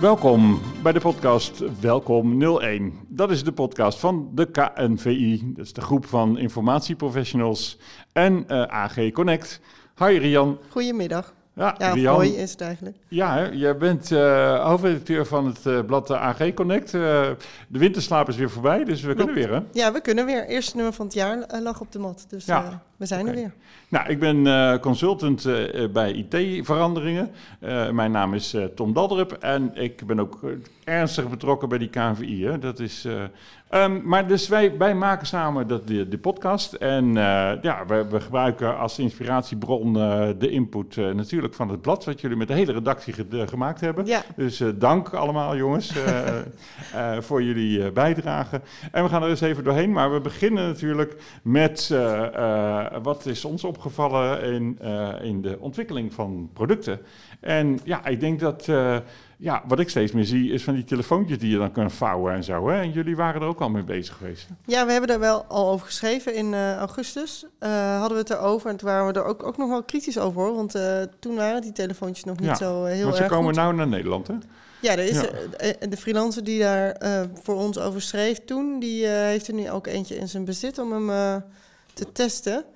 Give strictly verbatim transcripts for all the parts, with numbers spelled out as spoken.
Welkom bij de podcast Welkom nul één. Dat is de podcast van de K N V I, dat is de groep van informatieprofessionals en uh, A G Connect. Hi Rian. Goedemiddag. Ja, ja Rian, hoi is het eigenlijk. Ja, hè, jij bent uh, hoofdredacteur van het uh, blad A G Connect. Uh, de winterslaap is weer voorbij, dus we Klopt. kunnen weer, hè? Ja, we kunnen weer. Eerste nummer van het jaar uh, lag op de mat, dus ja. uh, we zijn okay. er weer. Nou, ik ben uh, consultant uh, bij I T-veranderingen. Uh, mijn naam is uh, Tom Daldrup en ik ben ook uh, ernstig betrokken bij die K N V I. Hè. Dat is... Uh, Um, maar dus wij, wij maken samen de, de, de podcast en uh, ja, we, we gebruiken als inspiratiebron uh, de input uh, natuurlijk van het blad, wat jullie met de hele redactie ge, uh, gemaakt hebben. Ja. Dus uh, dank allemaal jongens uh, uh, voor jullie uh, bijdrage. En we gaan er eens even doorheen, maar we beginnen natuurlijk met uh, uh, wat is ons opgevallen in, uh, in de ontwikkeling van producten. En ja, ik denk dat... Uh, Ja, wat ik steeds meer zie is van die telefoontjes die je dan kunt vouwen en zo. Hè? En jullie waren er ook al mee bezig geweest. Ja, we hebben er wel al over geschreven in uh, augustus. Uh, hadden we het erover en toen waren we er ook, ook nog wel kritisch over. Hoor, want uh, toen waren die telefoontjes nog niet ja, zo uh, heel erg goed. Maar ze komen nou naar Nederland, hè? Ja, er is, ja. Uh, de freelancer die daar uh, voor ons over schreef toen... die uh, heeft er nu ook eentje in zijn bezit om hem uh, te testen...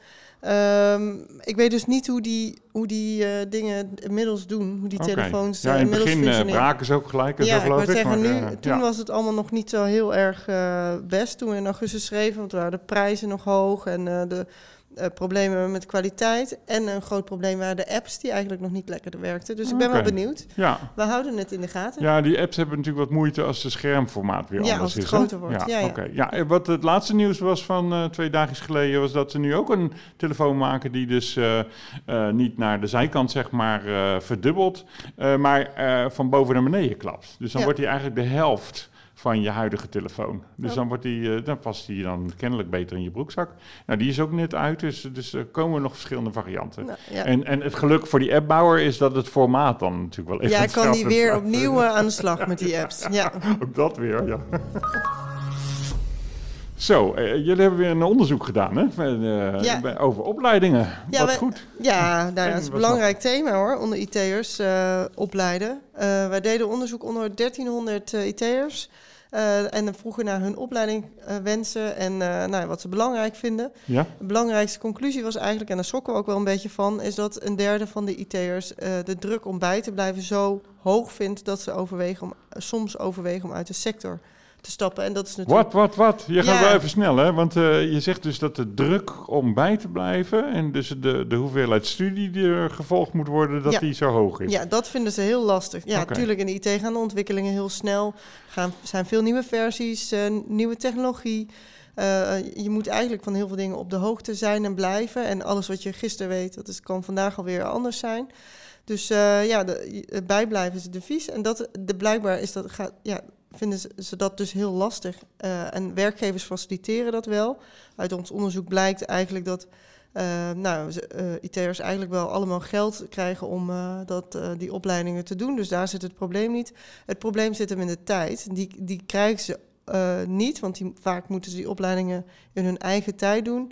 Um, ik weet dus niet hoe die, hoe die uh, dingen inmiddels doen, hoe die okay. telefoons ja, in het begin uh, braken ze ook gelijk. Ja, zo, geloof ik wou zeggen, maar, nu, uh, toen ja. was het allemaal nog niet zo heel erg uh, best. Toen we in augustus schreven, want waren de prijzen nog hoog en uh, de uh, problemen met kwaliteit. En een groot probleem waren de apps die eigenlijk nog niet lekker werkten. Dus ik ben okay. wel benieuwd. Ja. We houden het in de gaten. Ja, die apps hebben natuurlijk wat moeite als de schermformaat weer ja, anders is. Ja, als het groter wordt. Ja, ja, okay. ja. ja, wat het laatste nieuws was van uh, twee dagen geleden... was dat ze nu ook een telefoon maken die dus uh, uh, niet naar de zijkant zeg maar uh, verdubbelt... Uh, maar uh, van boven naar beneden klapt. Dus dan ja. wordt hij eigenlijk de helft... van je huidige telefoon. Dus oh. dan, wordt die, uh, dan past die dan kennelijk beter in je broekzak. Nou, die is ook net uit, dus, dus er komen nog verschillende varianten. Nou, ja. en, en het geluk voor die appbouwer is dat het formaat dan natuurlijk wel even... Ja, kan die weer blijft. opnieuw uh, aan de slag met die apps. Ja. Ook dat weer, ja. Zo, uh, jullie hebben weer een onderzoek gedaan, hè? Uh, ja. Over opleidingen. Ja, Wat wij, goed. Ja, nou, ja, dat is een belangrijk nog? thema hoor, onder I T'ers uh, opleiden. Uh, wij deden onderzoek onder dertienhonderd uh, I T'ers... Uh, en dan vroegen naar hun opleidingwensen uh, en uh, nou, wat ze belangrijk vinden. Ja? De belangrijkste conclusie was eigenlijk, en daar schrokken we ook wel een beetje van... is dat een derde van de I T'ers uh, de druk om bij te blijven zo hoog vindt... dat ze overwegen om, uh, soms overwegen om uit de sector te stappen. En dat is natuurlijk... Wat, wat, wat? Je gaat ja. wel even snel, hè? Want uh, je zegt dus dat de druk om bij te blijven... en dus de, de hoeveelheid studie die er gevolgd moet worden, dat ja. die zo hoog is. Ja, dat vinden ze heel lastig. Ja, natuurlijk okay. in de I T gaan de ontwikkelingen heel snel. Er zijn veel nieuwe versies, uh, nieuwe technologie... Uh, je moet eigenlijk van heel veel dingen op de hoogte zijn en blijven. En alles wat je gisteren weet, dat is, kan vandaag alweer anders zijn. Dus uh, ja, de, de bijblijven is het devies. En dat, de, blijkbaar is dat, gaat, ja, vinden ze, ze dat dus heel lastig. Uh, en werkgevers faciliteren dat wel. Uit ons onderzoek blijkt eigenlijk dat uh, nou, uh, I T'ers eigenlijk wel allemaal geld krijgen om uh, dat, uh, die opleidingen te doen. Dus daar zit het probleem niet. Het probleem zit hem in de tijd. Die, die krijgen ze uh, niet, want die, vaak moeten ze die opleidingen in hun eigen tijd doen.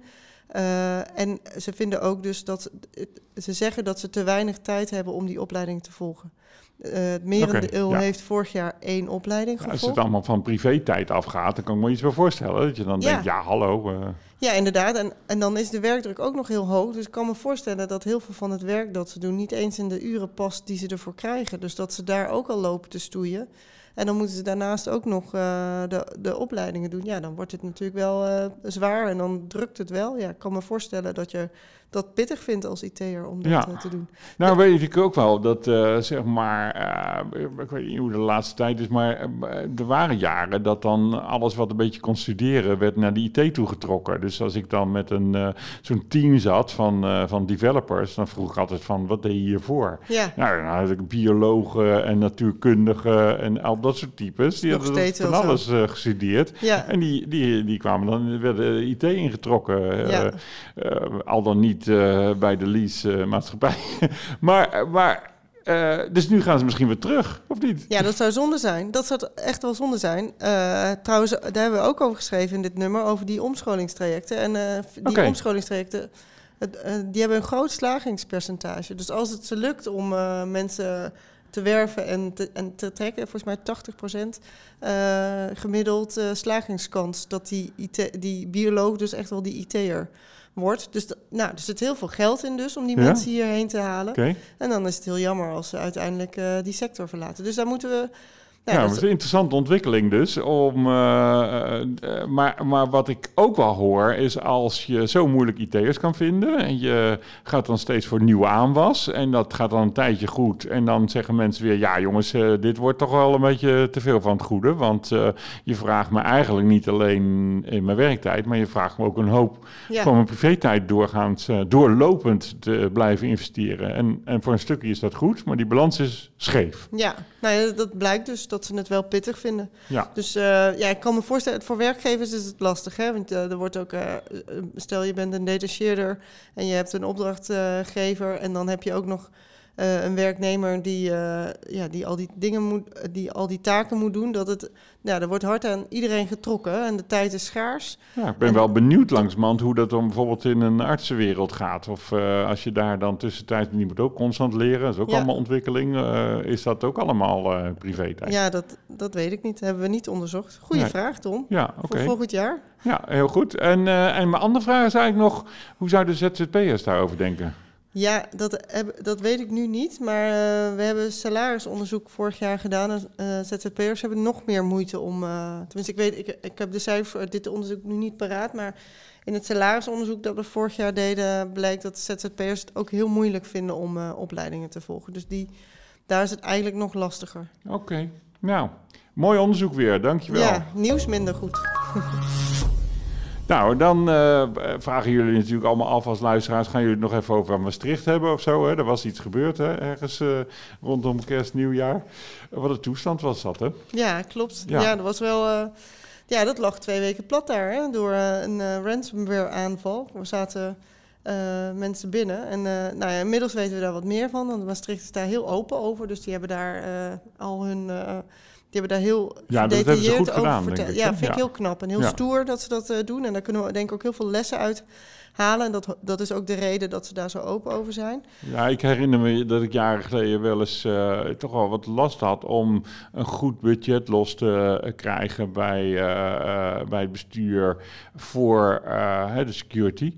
Uh, en ze vinden ook dus dat... Ze zeggen dat ze te weinig tijd hebben om die opleiding te volgen. Uh, het merendeel okay, ja. heeft vorig jaar één opleiding gevolgd. Ja, als het allemaal van privé-tijd afgaat, dan kan ik me iets wel voorstellen. Dat je dan ja. denkt, ja, hallo. Uh... Ja, inderdaad. En, en dan is de werkdruk ook nog heel hoog. Dus ik kan me voorstellen dat heel veel van het werk dat ze doen... niet eens in de uren past die ze ervoor krijgen. Dus dat ze daar ook al lopen te stoeien. En dan moeten ze daarnaast ook nog uh, de, de opleidingen doen. Ja, dan wordt het natuurlijk wel uh, zwaar en dan drukt het wel. Ja, ik kan me voorstellen dat je dat pittig vindt als I T'er om dat ja. uh, te doen. Nou, ja. weet ik ook wel dat, uh, zeg maar, uh, ik weet niet hoe de laatste tijd is, maar uh, er waren jaren dat dan alles wat een beetje kon studeren werd naar de I T toegetrokken. Dus als ik dan met een uh, zo'n team zat van, uh, van developers, dan vroeg ik altijd van, wat deed je hiervoor? Ja. Nou, dan had ik biologen en natuurkundigen en al dat soort types. Die hadden van alles uh, gestudeerd. Ja. En die, die, die kwamen dan, werden I T ingetrokken. Ja. Uh, uh, al dan niet uh, bij de lease-maatschappij. Uh, maar... maar Uh, dus nu gaan ze misschien weer terug, of niet? Ja, dat zou zonde zijn. Dat zou echt wel zonde zijn. Uh, trouwens, daar hebben we ook over geschreven in dit nummer, over die omscholingstrajecten. En uh, die okay. omscholingstrajecten, uh, die hebben een groot slagingspercentage. Dus als het ze lukt om uh, mensen te werven en te, en te trekken. Volgens mij tachtig procent uh, gemiddeld uh, slagingskans dat die, I T, die bioloog dus echt wel die I T'er wordt. Dus, d- nou, er zit heel veel geld in dus om die ja? mensen hierheen te halen. Okay. En dan is het heel jammer als ze uiteindelijk uh, die sector verlaten. Dus daar moeten we... Ja, ja, dat is een interessante ontwikkeling dus. Om, uh, uh, maar, maar wat ik ook wel hoor is als je zo moeilijk I T'ers kan vinden en je gaat dan steeds voor nieuwe aanwas en dat gaat dan een tijdje goed en dan zeggen mensen weer, ja jongens, uh, dit wordt toch wel een beetje te veel van het goede, want uh, je vraagt me eigenlijk niet alleen in mijn werktijd, maar je vraagt me ook een hoop ja. van mijn privé-tijd doorgaans, uh, doorlopend te blijven investeren. En, en voor een stukje is dat goed, maar die balans is scheef. Ja, nou ja, dat blijkt dus dat ze het wel pittig vinden. Ja. Dus uh, ja, ik kan me voorstellen, voor werkgevers is het lastig, hè? Want uh, er wordt ook, uh, stel je bent een detacheerder en je hebt een opdrachtgever en dan heb je ook nog uh, een werknemer die, uh, ja, die al die dingen moet, die al die taken moet doen. Dat het, ja, er wordt hard aan iedereen getrokken en de tijd is schaars. Ja, ik ben en, wel benieuwd langzamerhand hoe dat dan bijvoorbeeld in een artsenwereld gaat. Of uh, als je daar dan tussentijds, die moet ook constant leren, dat is ook ja. allemaal ontwikkeling. Uh, is dat ook allemaal uh, privé-tijd? Ja, dat, dat weet ik niet. Dat hebben we niet onderzocht. Goeie nee. vraag, Tom. Ja, oké. Okay. Voor volgend jaar. Ja, heel goed. En, uh, en mijn andere vraag is eigenlijk nog, hoe zouden Z Z P'ers daarover denken? Ja, dat, heb, dat weet ik nu niet, maar uh, we hebben salarisonderzoek vorig jaar gedaan en uh, Z Z P'ers hebben nog meer moeite om, uh, tenminste ik weet, ik, ik heb de cijfers voor dit onderzoek nu niet paraat, maar in het salarisonderzoek dat we vorig jaar deden blijkt dat Z Z P'ers het ook heel moeilijk vinden om uh, opleidingen te volgen. Dus die, daar is het eigenlijk nog lastiger. Oké, okay. Nou, mooi onderzoek weer, dankjewel. Ja, nieuws minder goed. Nou, dan uh, vragen jullie natuurlijk allemaal af als luisteraars, gaan jullie het nog even over Maastricht hebben of zo? Hè? Er was iets gebeurd, hè? Ergens uh, rondom kerst, nieuwjaar. Wat een toestand was dat, hè? Ja, klopt. Ja, ja dat was wel... Uh, ja, dat lag twee weken plat daar, hè? Door uh, een uh, ransomware aanval. Er zaten uh, mensen binnen. En uh, nou ja, inmiddels weten we daar wat meer van, want Maastricht is daar heel open over. Dus die hebben daar uh, al hun... Uh, Die hebben daar heel ja, gedetailleerd over gedaan, verteld. Ik, ja, vind ja. ik heel knap en heel ja. stoer dat ze dat uh, doen. En daar kunnen we denk ik ook heel veel lessen uit halen. En dat, dat is ook de reden dat ze daar zo open over zijn. Ja, ik herinner me dat ik jaren geleden wel eens uh, toch wel wat last had om een goed budget los te uh, krijgen bij, uh, uh, bij het bestuur voor uh, de security.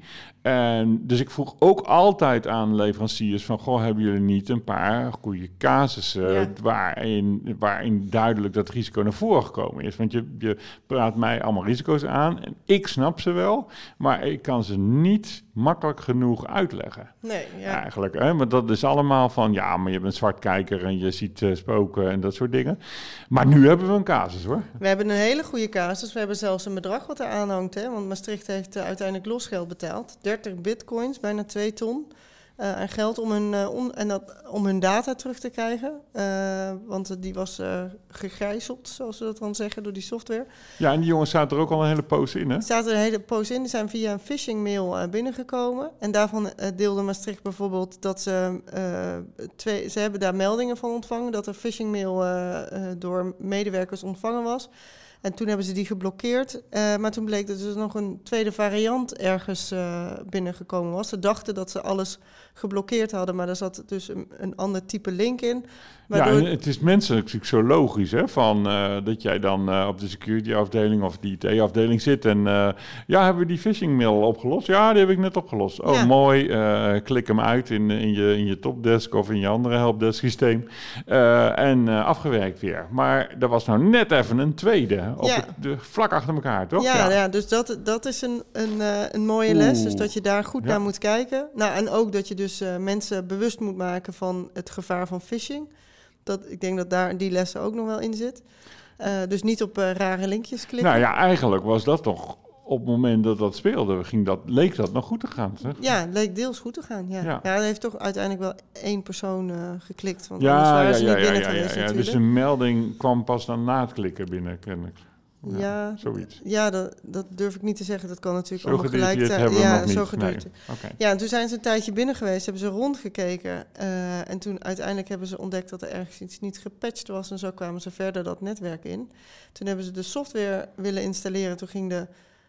En dus ik vroeg ook altijd aan leveranciers van, goh, hebben jullie niet een paar goede casussen ja. waarin, waarin duidelijk dat risico naar voren gekomen is? Want je, je praat mij allemaal risico's aan en ik snap ze wel, maar ik kan ze niet makkelijk genoeg uitleggen. Nee, ja. Eigenlijk, hè? Maar dat is allemaal van, ja, maar je bent zwartkijker en je ziet uh, spoken en dat soort dingen. Maar nu hebben we een casus, hoor. We hebben een hele goede casus. We hebben zelfs een bedrag wat er aanhangt, hè? Want Maastricht heeft uh, uiteindelijk losgeld betaald. dertig bitcoins, bijna twee ton. Uh, aan geld om hun, uh, on, en dat, om hun data terug te krijgen. Uh, want uh, die was uh, gegijzeld, zoals ze dat dan zeggen, door die software. Ja, en die jongens zaten er ook al een hele poos in, hè? Er zaten een hele poos in. Die zijn via een phishing mail uh, binnengekomen. En daarvan uh, deelde Maastricht bijvoorbeeld dat ze... Uh, twee, ze hebben daar meldingen van ontvangen, dat er phishing mail uh, uh, door medewerkers ontvangen was. En toen hebben ze die geblokkeerd. Uh, maar toen bleek dat er nog een tweede variant ergens uh, binnengekomen was. Ze dachten dat ze alles geblokkeerd hadden, maar daar zat dus een, een ander type link in. Waardoor... Ja, en het is menselijk natuurlijk zo logisch, hè, van uh, dat jij dan uh, op de security afdeling of de I T-afdeling zit en uh, ja, hebben we die phishing mail opgelost? Ja, die heb ik net opgelost. Oh, ja. Mooi. Uh, klik hem uit in, in, je, in je topdesk of in je andere helpdesk systeem uh, en uh, afgewerkt weer. Maar er was nou net even een tweede, op ja. het, de, vlak achter elkaar, toch? Ja, ja. ja dus dat, dat is een, een, uh, een mooie Oeh. les, dus dat je daar goed ja. naar moet kijken. Nou, en ook dat je dus uh, mensen bewust moet maken van het gevaar van phishing. Dat, ik denk dat daar die lessen ook nog wel in zit. Uh, dus niet op uh, rare linkjes klikken. Nou ja, eigenlijk was dat toch op het moment dat dat speelde, ging dat, leek dat nog goed te gaan. Zeg. Ja, het leek deels goed te gaan. Ja, ja. ja er heeft toch uiteindelijk wel één persoon uh, geklikt. Want ja, anders waren ja, ze ja, niet binnen ja, ja, geweest ja, ja. natuurlijk. Dus de melding kwam pas dan na het klikken binnen, kennelijk. Ja, ja, zoiets. Ja, dat, dat durf ik niet te zeggen. Dat kan natuurlijk zo allemaal gelijk zijn. Ja, zo niet. geduurd. Nee. Okay. Ja, en toen zijn ze een tijdje binnen geweest, hebben ze rondgekeken. Uh, en toen uiteindelijk hebben ze ontdekt dat er ergens iets niet gepatcht was. En zo kwamen ze verder dat netwerk in. Toen hebben ze de software willen installeren. Toen ging de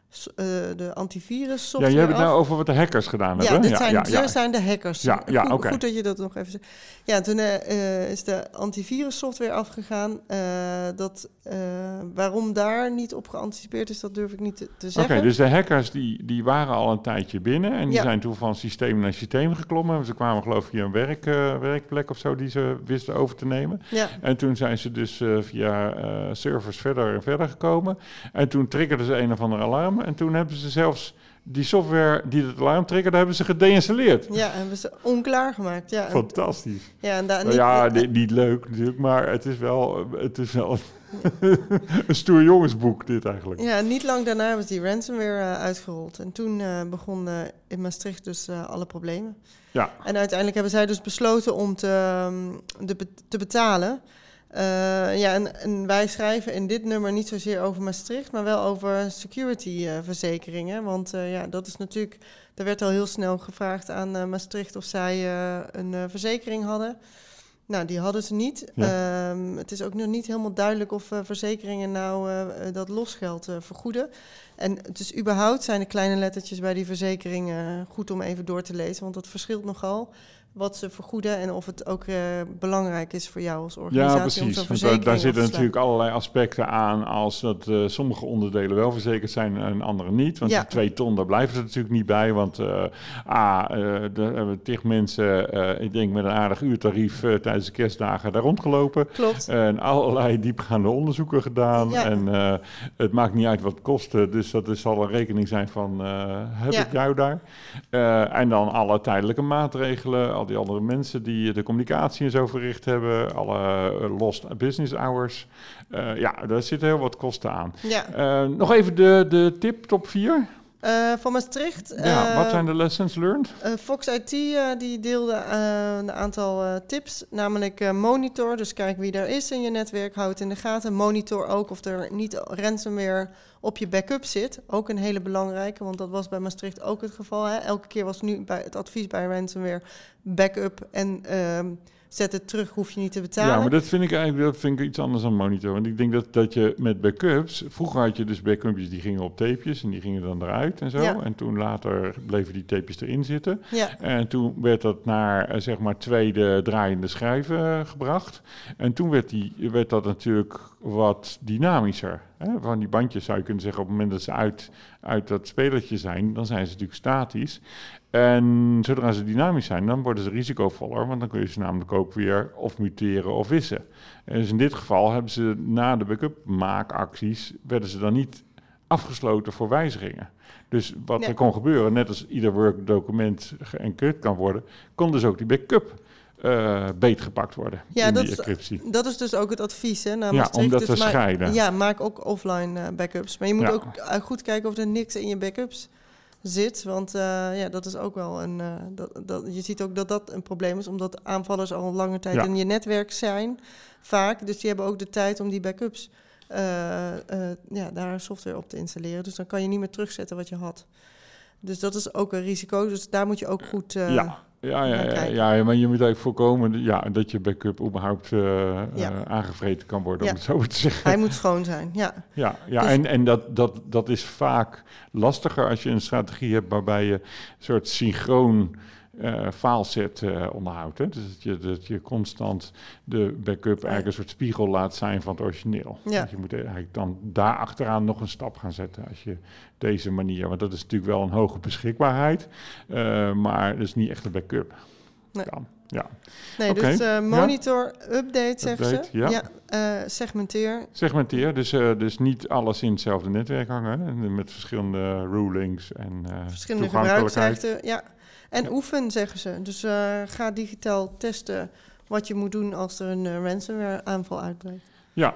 uh, de antivirus software. Ja, je hebt het af. nou over wat de hackers gedaan ja, hebben. Dit ja, zijn, ja, dit ja. zijn de hackers. Ja, ja, goed, okay. goed dat je dat nog even zegt. Ja, toen uh, is de antivirus software afgegaan. Uh, dat, uh, waarom daar niet op geanticipeerd is, dat durf ik niet te, te zeggen. Oké, okay, dus de hackers die, die waren al een tijdje binnen en die ja. zijn toen van systeem naar systeem geklommen. Ze kwamen geloof ik via een werk, uh, werkplek of zo die ze wisten over te nemen. Ja. En toen zijn ze dus uh, via uh, servers verder en verder gekomen. En toen triggerden ze een of ander alarm en toen hebben ze zelfs die software die het alarm triggerde, hebben ze gedeinstalleerd. Ja, hebben ze onklaar gemaakt. Ja, fantastisch. Ja, en daar nou ja, niet, niet leuk natuurlijk, maar het is wel, het is wel een stoer jongensboek dit eigenlijk. Ja, niet lang daarna hebben ze die ransomware uh, uitgerold. En toen uh, begon uh, in Maastricht dus uh, alle problemen. Ja. En uiteindelijk hebben zij dus besloten om te, um, de, te betalen. Uh, ja, en, en wij schrijven in dit nummer niet zozeer over Maastricht, maar wel over security-verzekeringen. Uh, Want uh, ja, dat is natuurlijk, er werd al heel snel gevraagd aan uh, Maastricht of zij uh, een uh, verzekering hadden. Nou, die hadden ze niet. Ja. Um, het is ook nog niet helemaal duidelijk of uh, verzekeringen nou uh, dat losgeld uh, vergoeden. En dus überhaupt zijn de kleine lettertjes bij die verzekeringen goed om even door te lezen, want dat verschilt nogal wat ze vergoeden en of het ook uh, belangrijk is voor jou als organisatie. Ja, precies. Om zo'n Want verzekering daar, daar zitten te natuurlijk allerlei aspecten aan als dat uh, sommige onderdelen wel verzekerd zijn en andere niet. Want ja. die twee ton, daar blijven ze natuurlijk niet bij. Want uh, A, uh, er hebben tig mensen, uh, ik denk met een aardig uurtarief uh, tijdens de kerstdagen daar rondgelopen. Klopt. En allerlei diepgaande onderzoeken gedaan. Ja. En uh, het maakt niet uit wat het kostte. Dus dat is, zal een rekening zijn van, uh, heb ja. ik jou daar? Uh, en dan alle tijdelijke maatregelen, al die andere mensen die de communicatie en zo verricht hebben, alle uh, lost business hours. Uh, ja, daar zitten heel wat kosten aan. Ja. Uh, nog even de, de tip, top vier. Uh, van Maastricht. Ja, uh, wat zijn de lessons learned? Uh, Fox I T uh, die deelde uh, een aantal uh, tips, namelijk uh, monitor, dus kijk wie er is in je netwerk, houd het in de gaten. Monitor ook of er niet ransomware op je backup zit, ook een hele belangrijke, want dat was bij Maastricht ook het geval. Hè? Elke keer was nu bij het advies bij ransomware backup en uh, zet het terug, hoef je niet te betalen. Ja, maar dat vind ik eigenlijk dat vind ik iets anders dan monitor. Want ik denk dat, dat je met backups, vroeger had je dus backupjes die gingen op tapejes en die gingen dan eruit en zo. Ja. En toen later bleven die tapejes erin zitten. Ja. En toen werd dat naar zeg maar tweede draaiende schijven gebracht. En toen werd, die, werd dat natuurlijk wat dynamischer. Hè? Van die bandjes zou je kunnen zeggen, op het moment dat ze uit, uit dat spelertje zijn, dan zijn ze natuurlijk statisch. En zodra ze dynamisch zijn, dan worden ze risicovoller, want dan kun je ze namelijk ook weer of muteren of wissen. En dus in dit geval hebben ze na de backup maakacties, werden ze dan niet afgesloten voor wijzigingen. Dus wat nee. er kon gebeuren, net als ieder Word-document geëncrypt kan worden, kon dus ook die backup Uh, beetgepakt worden ja, in dat die is, encryptie. Dat is dus ook het advies, hè? Ja, om dat dus te maak, scheiden. Ja, maak ook offline uh, backups. Maar je moet ja. ook uh, goed kijken of er niks in je backups zit. Want uh, ja, dat is ook wel een... Uh, dat, dat, je ziet ook dat dat een probleem is, omdat aanvallers al lange tijd ja. in je netwerk zijn, vaak. Dus die hebben ook de tijd om die backups, uh, uh, ja, daar software op te installeren. Dus dan kan je niet meer terugzetten wat je had. Dus dat is ook een risico. Dus daar moet je ook goed... Uh, ja. Ja, ja, ja, ja, maar je moet eigenlijk voorkomen ja, dat je backup überhaupt uh, ja. uh, aangevreten kan worden, ja. om het zo te zeggen. Hij moet schoon zijn, ja. Ja, ja dus... en, en dat, dat, dat is vaak lastiger als je een strategie hebt waarbij je een soort synchroon uh, fileset uh, onderhoudt. Hè? Dus dat je, dat je constant de backup eigenlijk een soort spiegel laat zijn van het origineel. Ja. Dus je moet eigenlijk dan daar achteraan nog een stap gaan zetten als je deze manier, want dat is natuurlijk wel een hoge beschikbaarheid, uh, maar dat is niet echt een backup. Nee. Kan. Ja. Nee, okay. dus uh, monitor, ja. update, zeggen update, ze. Ja, ja uh, segmenteer. Segmenteer, dus, uh, dus niet alles in hetzelfde netwerk hangen, hè? Met verschillende rulings en uh, verschillende gebruiksrechten, ja. En ja. oefen, zeggen ze. Dus uh, ga digitaal testen wat je moet doen als er een uh, ransomware aanval uitbreekt. Ja,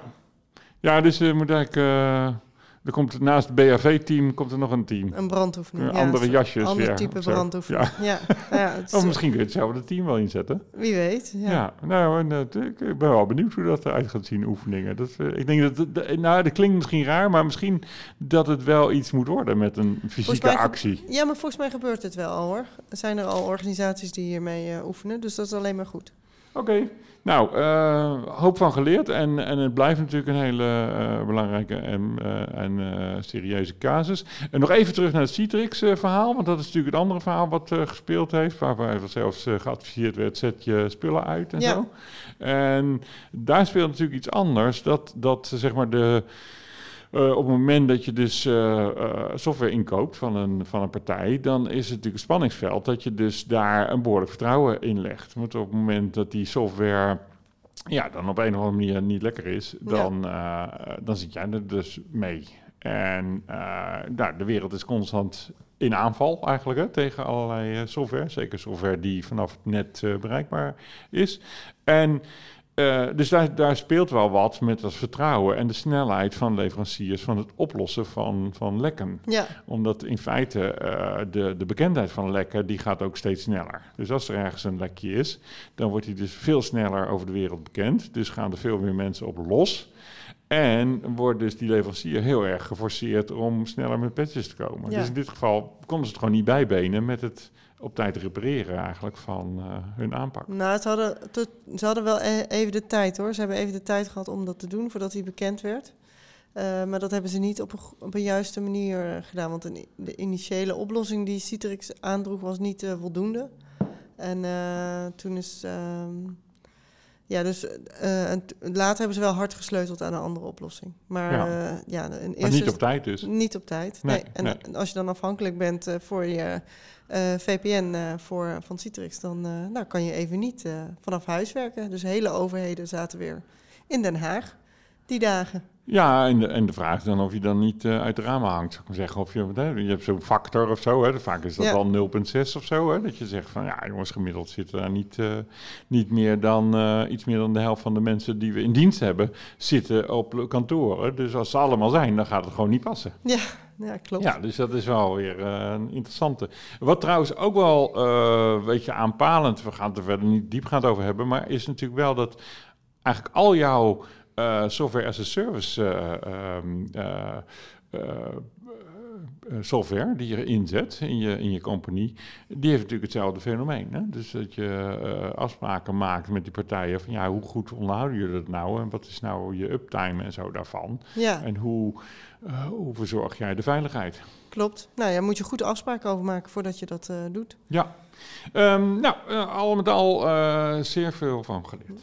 ja dus je uh, moet eigenlijk... Uh, Er komt naast het B H V-team komt er nog een team. Een brandoefening. Ja, andere jasjes. Ander weer, type brandoefening. Ja. Ja. Ja, of is... misschien kun je hetzelfde team wel inzetten. Wie weet. Ja, ja nou, dat, ik ben wel benieuwd hoe dat eruit gaat zien, oefeningen. Dat, uh, ik denk dat, dat, nou, dat klinkt misschien raar, maar misschien dat het wel iets moet worden met een fysieke actie. Ge- ja, maar volgens mij gebeurt het wel al, hoor. Er zijn er al organisaties die hiermee uh, oefenen, dus dat is alleen maar goed. Oké, okay. Nou, uh, hoop van geleerd. En, en het blijft natuurlijk een hele uh, belangrijke en, uh, en uh, serieuze casus. En nog even terug naar het Citrix-verhaal. Want dat is natuurlijk het andere verhaal wat uh, gespeeld heeft. Waarbij er zelfs uh, geadviseerd werd, zet je spullen uit en ja. zo. En daar speelt natuurlijk iets anders. Dat, dat zeg maar de... Uh, op het moment dat je dus uh, uh, software inkoopt van een, van een partij, dan is het natuurlijk een spanningsveld dat je dus daar een behoorlijk vertrouwen in legt. Want op het moment dat die software ja, dan op een of andere manier niet lekker is, dan, ja. uh, dan zit jij er dus mee. En uh, nou, de wereld is constant in aanval eigenlijk hè, tegen allerlei uh, software. Zeker software die vanaf het net uh, bereikbaar is. En Uh, dus daar, daar speelt wel wat met dat vertrouwen en de snelheid van leveranciers van het oplossen van, van lekken. Ja. Omdat in feite uh, de, de bekendheid van lekken, die gaat ook steeds sneller. Dus als er ergens een lekje is, dan wordt die dus veel sneller over de wereld bekend. Dus gaan er veel meer mensen op los. En wordt dus die leverancier heel erg geforceerd om sneller met patches te komen. Ja. Dus in dit geval konden ze het gewoon niet bijbenen met het op tijd repareren eigenlijk van uh, hun aanpak. Nou, ze hadden, tot, ze hadden wel e- even de tijd hoor. Ze hebben even de tijd gehad om dat te doen voordat hij bekend werd. Uh, maar dat hebben ze niet op een, op een juiste manier uh, gedaan. Want een, de initiële oplossing die Citrix aandroeg was niet uh, voldoende. En uh, toen is... Uh, ja, dus uh, en t- later hebben ze wel hard gesleuteld aan een andere oplossing. Maar, ja. Uh, ja, een eerste maar niet op tijd dus? Niet op tijd, nee. nee. En nee. als je dan afhankelijk bent uh, voor je uh, V P N uh, voor, van Citrix, dan uh, nou, kan je even niet uh, vanaf huis werken. Dus hele overheden zaten weer in Den Haag die dagen. Ja, en de, en de vraag is dan of je dan niet uh, uit de ramen hangt. Zou ik maar zeggen, of je, hè, je hebt zo'n factor of zo, hè, vaak is dat ja. wel nul komma zes of zo. Hè, dat je zegt van, ja jongens, gemiddeld zitten daar niet, uh, niet meer dan, uh, iets meer dan de helft van de mensen die we in dienst hebben, zitten op kantoren. Dus als ze allemaal zijn, dan gaat het gewoon niet passen. Ja, ja klopt. Ja, dus dat is wel weer uh, een interessante. Wat trouwens ook wel, uh, weet je, aanpalend, we gaan het er verder niet diepgaand over hebben, maar is natuurlijk wel dat eigenlijk al jouw Uh, software as a service uh, um, uh, uh, uh, software die je inzet in je, in je compagnie, die heeft natuurlijk hetzelfde fenomeen. Hè? Dus dat je uh, afspraken maakt met die partijen van ja, hoe goed onderhouden jullie dat nou en wat is nou je uptime en zo daarvan. Ja. En hoe, uh, hoe verzorg jij de veiligheid? Klopt. Nou ja, moet je goed afspraken over maken voordat je dat uh, doet. Ja. Um, nou, uh, al met al uh, zeer veel van geleerd.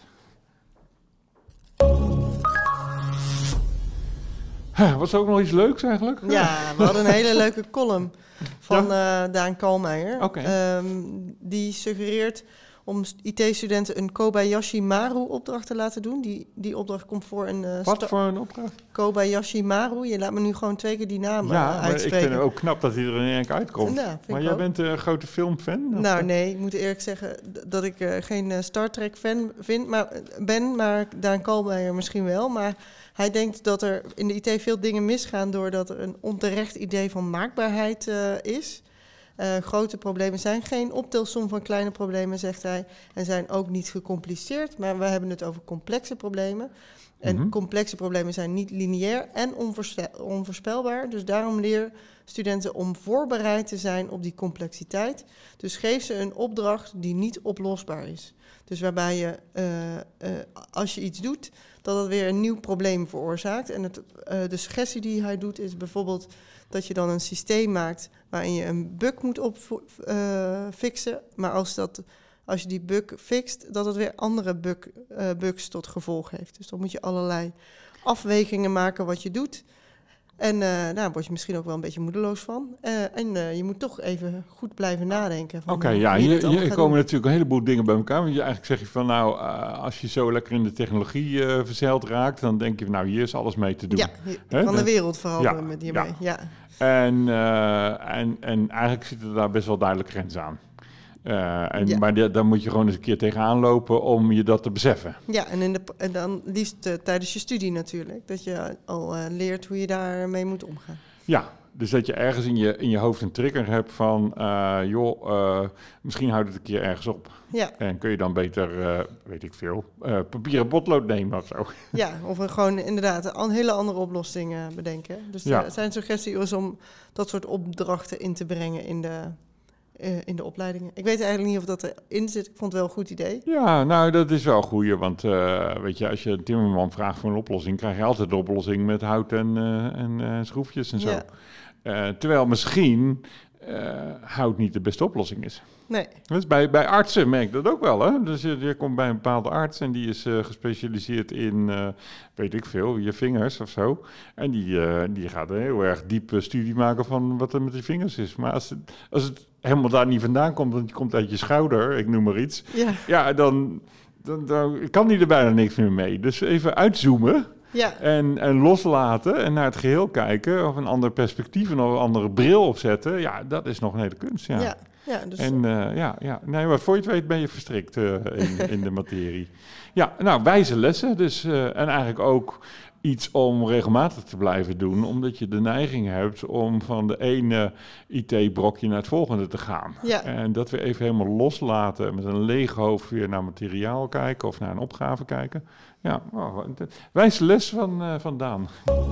Was er ook nog iets leuks eigenlijk? Ja, we hadden een hele leuke column van ja? uh, Daan Kalmeijer. Okay. Um, die suggereert om I T-studenten een Kobayashi Maru opdracht te laten doen. Die, die opdracht komt voor een... Uh, Wat sta- voor een opdracht? Kobayashi Maru. Je laat me nu gewoon twee keer die naam ja, uh, uitspreken. Ja, ik vind het ook knap dat hij er in één keer uitkomt. Ja, maar jij ook. bent een grote filmfan? Nou nee, ik moet eerlijk zeggen dat ik uh, geen uh, Star Trek fan vind, maar, ben, maar Daan Kalmeijer misschien wel. Maar hij denkt dat er in de I T veel dingen misgaan doordat er een onterecht idee van maakbaarheid uh, is. Uh, grote problemen zijn geen optelsom van kleine problemen, zegt hij. En zijn ook niet gecompliceerd, maar we hebben het over complexe problemen. En mm-hmm. complexe problemen zijn niet lineair en onvoorspel- onvoorspelbaar. Dus daarom leer studenten om voorbereid te zijn op die complexiteit. Dus geef ze een opdracht die niet oplosbaar is. Dus waarbij je, uh, uh, als je iets doet, dat het weer een nieuw probleem veroorzaakt. En het, uh, de suggestie die hij doet is bijvoorbeeld dat je dan een systeem maakt waarin je een bug moet op, uh, fixen. Maar als, dat, als je die bug fixt, dat het weer andere bug, uh, bugs tot gevolg heeft. Dus dan moet je allerlei afwegingen maken wat je doet. En uh, nou, daar word je misschien ook wel een beetje moedeloos van. Uh, en uh, je moet toch even goed blijven nadenken. Oké, okay, ja, hier, hier komen doen. natuurlijk een heleboel dingen bij elkaar. Want je eigenlijk zeg je van, nou, uh, als je zo lekker in de technologie uh, verzeild raakt, dan denk je van, nou, hier is alles mee te doen. Ja, je kan de wereld veranderen ja, met hiermee. Ja. ja. En, uh, en, en eigenlijk zitten daar best wel duidelijk grenzen aan. Uh, en, ja. Maar de, dan moet je gewoon eens een keer tegenaan lopen om je dat te beseffen. Ja, en, in de, en dan liefst uh, tijdens je studie natuurlijk. Dat je al uh, leert hoe je daarmee moet omgaan. Ja, dus dat je ergens in je, in je hoofd een trigger hebt van... Uh, joh, uh, misschien houdt het een keer ergens op. Ja. En kun je dan beter, uh, weet ik veel, uh, papieren potlood nemen of zo. Ja, of een gewoon inderdaad een hele andere oplossing uh, bedenken. Dus ja. Er zijn suggesties om dat soort opdrachten in te brengen in de... uh, in de opleidingen. Ik weet eigenlijk niet of dat erin zit. Ik vond het wel een goed idee. Ja, nou, dat is wel een goeie. Want uh, weet je, als je een timmerman vraagt voor een oplossing, krijg je altijd de oplossing met hout en, uh, en uh, schroefjes en zo. Ja. Uh, terwijl misschien uh, hout niet de beste oplossing is. Nee. Dus bij, bij artsen merk ik dat ook wel, hè. Dus je, je komt bij een bepaalde arts en die is uh, gespecialiseerd in, uh, weet ik veel, je vingers of zo. En die, uh, die gaat een heel erg diepe studie maken van wat er met die vingers is. Maar als het, als het helemaal daar niet vandaan komt, want het komt uit je schouder, ik noem maar iets. Ja, ja dan, dan, dan kan die er bijna niks meer mee. Dus even uitzoomen. Ja. En, en loslaten en naar het geheel kijken of een ander perspectief en een andere bril opzetten. Ja, dat is nog een hele kunst. Ja, ja, ja dus... En uh, ja, ja, nee, maar voor je het weet ben je verstrikt uh, in, in de materie. Ja, nou, wijze lessen dus. Uh, en eigenlijk ook iets om regelmatig te blijven doen, omdat je de neiging hebt om van de ene I T-brokje naar het volgende te gaan. Ja. En dat we even helemaal loslaten, met een leeg hoofd weer naar materiaal kijken of naar een opgave kijken. Ja, oh, wijze les van, uh, van Daan.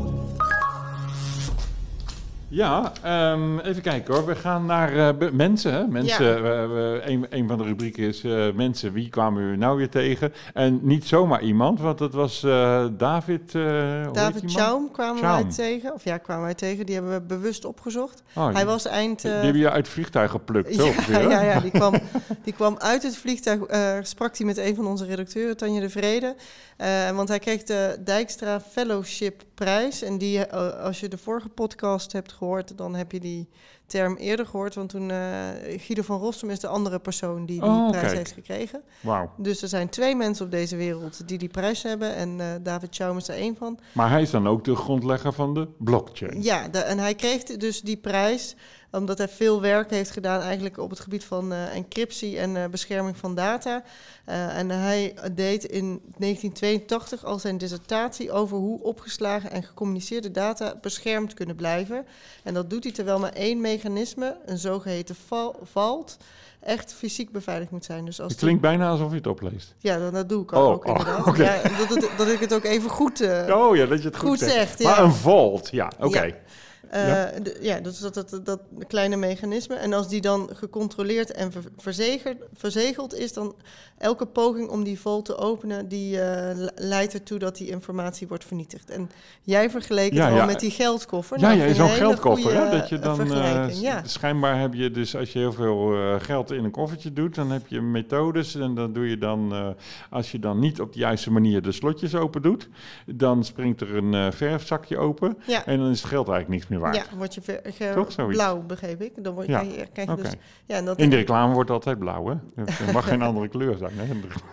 Ja, um, even kijken hoor. We gaan naar uh, mensen. Hè? Mensen. Ja. Uh, uh, een, een van de rubrieken is uh, mensen. Wie kwamen u nou weer tegen? En niet zomaar iemand, want dat was uh, David. Uh, David Chaum kwamen Chaum. wij tegen. Of ja, kwamen wij tegen. Die hebben we bewust opgezocht. Oh, Hij was eind. Uh, die hebben je uit het vliegtuig geplukt. Ja, ongeveer, ja, ja. Die kwam, die kwam uit het vliegtuig. Uh, sprak hij met een van onze redacteuren, Tanja de Vrede. Uh, want hij kreeg de Dijkstra Fellowship prijs. En die, uh, als je de vorige podcast hebt gehoord, dan heb je die term eerder gehoord. Want toen uh, Guido van Rossum is de andere persoon die die oh, prijs kijk. heeft gekregen. Wauw. Dus er zijn twee mensen op deze wereld die die prijs hebben. En uh, David Chaum is er één van. Maar hij is dan ook de grondlegger van de blockchain. Ja, de, en hij kreeg dus die prijs omdat hij veel werk heeft gedaan eigenlijk op het gebied van uh, encryptie en uh, bescherming van data. Uh, en hij deed in negentien tweeëntachtig al zijn dissertatie over hoe opgeslagen en gecommuniceerde data beschermd kunnen blijven. En dat doet hij terwijl maar één mechanisme, een zogeheten vault, echt fysiek beveiligd moet zijn. Dus als het klinkt die... bijna alsof je het opleest. Ja, dat, dat doe ik al oh, ook inderdaad. Oh, okay. Ja, dat, dat, dat ik het ook even goed, uh, oh, ja, dat je het goed, goed zegt. zegt. Maar ja. een vault, ja, oké. Okay. Ja. Uh, ja. De, ja, dat is dat, dat, dat kleine mechanisme. En als die dan gecontroleerd en ver, verzegeld, verzegeld is, dan elke poging om die vault te openen, die uh, leidt ertoe dat die informatie wordt vernietigd. En jij vergeleek het ja, al ja. met die geldkoffer. Ja, nou, ja, zo'n geldkoffer. Hè, dat je dan, uh, ja. schijnbaar heb je dus, als je heel veel uh, geld in een koffertje doet, dan heb je methodes. En dan doe je dan, uh, als je dan niet op de juiste manier de slotjes open doet, dan springt er een uh, verfzakje open. Ja. En dan is het geld eigenlijk niks meer waard. Ja, word je ver, ver, blauw, begreep ik. Dan word je, ja. krijg je, krijg je okay. dus, ja, en dat in de reclame wordt het altijd blauw, hè? Er mag geen andere kleur zijn. Hè?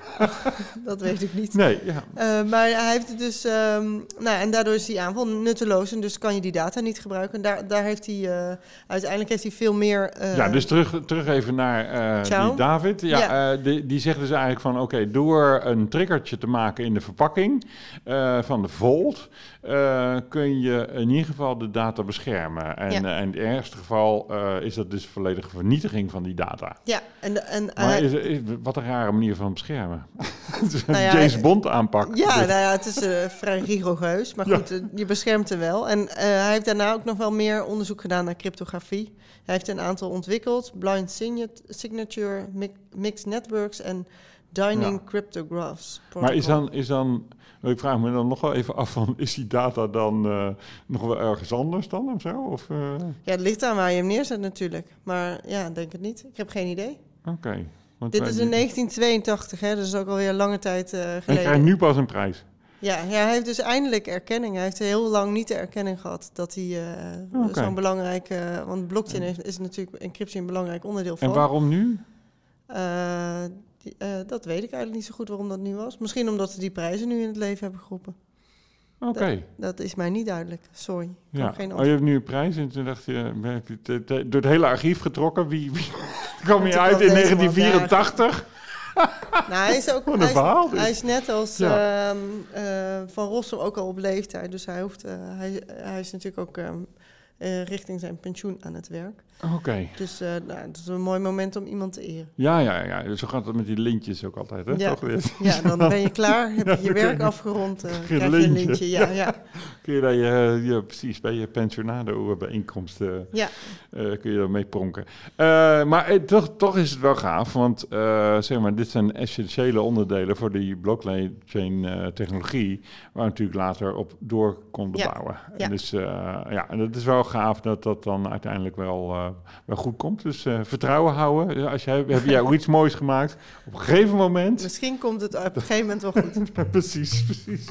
Dat weet ik niet. Nee, ja. Uh, maar hij heeft het dus... Um, nou, en daardoor is die aanval nutteloos en dus kan je die data niet gebruiken. En daar, daar heeft hij... Uh, uiteindelijk heeft hij veel meer... Uh, ja, dus terug, terug even naar uh, die David. Ja, ja. Uh, die, die zegt dus eigenlijk van... Oké, okay, door een triggertje te maken in de verpakking uh, van de Vault... Uh, kun je in ieder geval de data beschermen. En, ja. uh, in het ergste geval uh, is dat dus volledige vernietiging van die data. Ja, en... en maar is, is, wat een rare manier van beschermen. Het is een nou ja, James Bond aanpak. Ja, nou ja, het is uh, vrij rigoureus. Maar goed, ja. uh, je beschermt hem wel. En uh, hij heeft daarna ook nog wel meer onderzoek gedaan naar cryptografie. Hij heeft een aantal ontwikkeld. Blind Signature, Mixed Networks en Dyning ja. Cryptographs. Protocol. Maar is dan... Is dan Ik vraag me dan nog wel even af van, is die data dan uh, nog wel ergens anders dan of zo? Of, uh... Ja, het ligt aan waar je hem neerzet natuurlijk. Maar ja, denk het niet. Ik heb geen idee. Oké. Okay, Dit is in negentien tweeëntachtig, hè? Dat is ook alweer lange tijd uh, geleden. En krijgt nu pas een prijs? Ja, ja, hij heeft dus eindelijk erkenning. Hij heeft heel lang niet de erkenning gehad dat hij uh, okay. zo'n belangrijk... Uh, want blockchain is, is natuurlijk encryptie een belangrijk onderdeel van. En waarom nu? Uh, die, uh, dat weet ik eigenlijk niet zo goed waarom dat nu was. Misschien omdat ze die prijzen nu in het leven hebben geroepen. Oké. Okay. Dat, dat is mij niet duidelijk, sorry. Ik ja. geen oh, je hebt nu een prijs en toen dacht je, heb je te, te, door het hele archief getrokken. Wie, wie kwam je uit in negentien vierentachtig? Nou, hij is ook Wat een verhaal, hij, hij is net als ja. uh, uh, Van Rossum ook al op leeftijd. Dus hij, hoeft, uh, hij, hij is natuurlijk ook um, uh, richting zijn pensioen aan het werk. Oké. Okay. Dus uh, nou, het is een mooi moment om iemand te eren. Ja, ja, ja. Zo gaat het met die lintjes ook altijd, hè? Ja, Toch weer? ja dan ben je klaar, heb je je werk afgerond, uh, krijg je een lintje. Ja, ja. kun je daar je, je, precies bij je pensionado-bijeenkomsten ja. uh, kun je daar mee pronken. Uh, maar uh, toch, toch is het wel gaaf, want uh, zeg maar, dit zijn essentiële onderdelen voor die blockchain-technologie, uh, waar we natuurlijk later op door konden ja. bouwen. Ja. En dus uh, ja, en het is wel gaaf dat dat dan uiteindelijk wel, uh, wel goed komt. Dus uh, vertrouwen houden. Als jij, heb jij ook iets moois gemaakt, op een gegeven moment... Misschien komt het op een gegeven moment wel goed. precies, precies.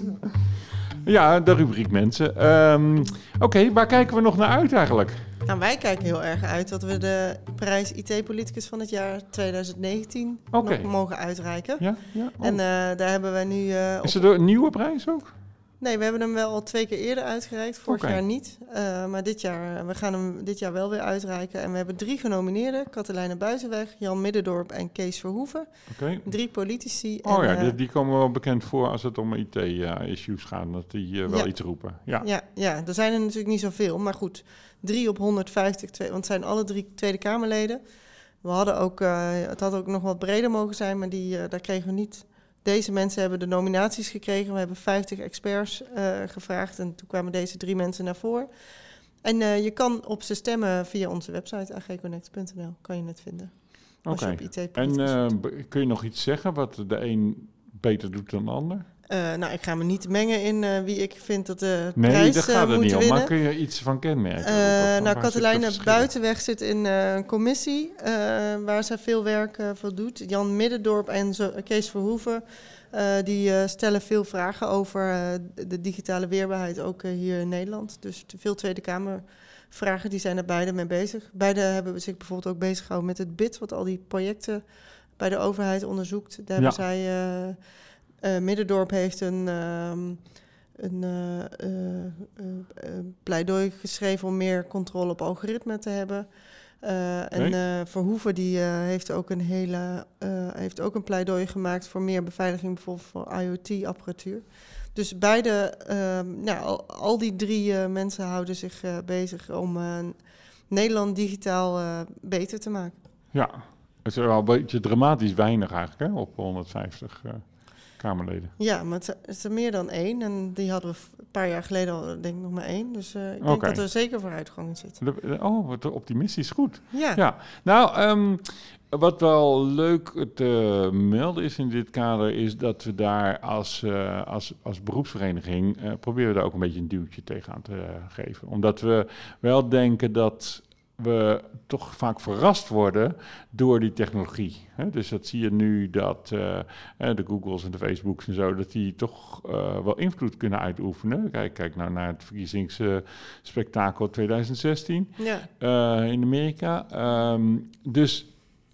Ja, de rubriek mensen. Um, Oké, okay, waar kijken we nog naar uit eigenlijk? Nou, wij kijken heel erg uit dat we de prijs I T-politicus van het jaar twintig negentien okay. nog mogen uitreiken. Ja, ja. Oh. En uh, daar hebben we nu... Uh, Is er een nieuwe prijs ook? Nee, we hebben hem wel al twee keer eerder uitgereikt. Vorig okay. jaar niet. Uh, maar dit jaar, we gaan hem dit jaar wel weer uitreiken. En we hebben drie genomineerden. Katelijne Buitenweg, Jan Middendorp en Kees Verhoeven. Okay. Drie politici. Oh en, ja, uh, die, die komen wel bekend voor als het om I T-issues uh, gaat. Dat die uh, wel ja. iets roepen. Ja. Ja, ja, er zijn er natuurlijk niet zoveel. Maar goed, drie op honderdvijftig. Twee, want het zijn alle drie Tweede Kamerleden. We hadden ook, uh, het had ook nog wat breder mogen zijn. Maar die, uh, daar kregen we niet... Deze mensen hebben de nominaties gekregen. We hebben vijftig experts uh, gevraagd. En toen kwamen deze drie mensen naar voren. En uh, je kan op ze stemmen via onze website, a g connect punt n l. Kan je het vinden. Oké. Okay. En uh, kun je nog iets zeggen wat de een beter doet dan de ander? Uh, nou, ik ga me niet mengen in uh, wie ik vind dat de nee, prijs dat gaat uh, er moet niet winnen. om. Maar kun je iets van kenmerken? Uh, nou, Katelijne Buitenweg zit in uh, een commissie uh, waar zij veel werk uh, voor doet. Jan Middendorp en zo, Kees Verhoeven uh, die uh, stellen veel vragen over uh, de digitale weerbaarheid ook uh, hier in Nederland. Dus veel Tweede Kamervragen, die zijn er beide mee bezig. Beide hebben zich bijvoorbeeld ook bezig gehouden met het B I D, wat al die projecten bij de overheid onderzoekt. Daar hebben ja. zij... Uh, Uh, Middendorp heeft een, um, een uh, uh, uh, pleidooi geschreven om meer controle op algoritmen te hebben. Uh, en uh, Verhoeven die, uh, heeft, ook een hele, uh, heeft ook een pleidooi gemaakt voor meer beveiliging, bijvoorbeeld voor I O T-apparatuur. Dus beide, uh, nou, al, al die drie uh, mensen houden zich uh, bezig om uh, Nederland digitaal uh, beter te maken. Ja, het is wel een beetje dramatisch weinig eigenlijk, hè, op honderdvijftig uh. Kamerleden. Ja, maar het is er meer dan één. En die hadden we een paar jaar geleden al, denk ik, nog maar één. Dus uh, ik denk okay. dat er zeker vooruitgang in zit. Oh, wat optimistisch. Goed. Ja. ja. Nou, um, wat wel leuk te melden is in dit kader, is dat we daar als, uh, als, als beroepsvereniging uh, proberen we daar ook een beetje een duwtje tegenaan te uh, geven. Omdat we wel denken dat we toch vaak verrast worden door die technologie. Hè? Dus dat zie je nu dat uh, de Googles en de Facebooks en zo, dat die toch uh, wel invloed kunnen uitoefenen. Kijk, kijk nou naar het verkiezingsspektakel twintig zestien ja. uh, in Amerika. Um, dus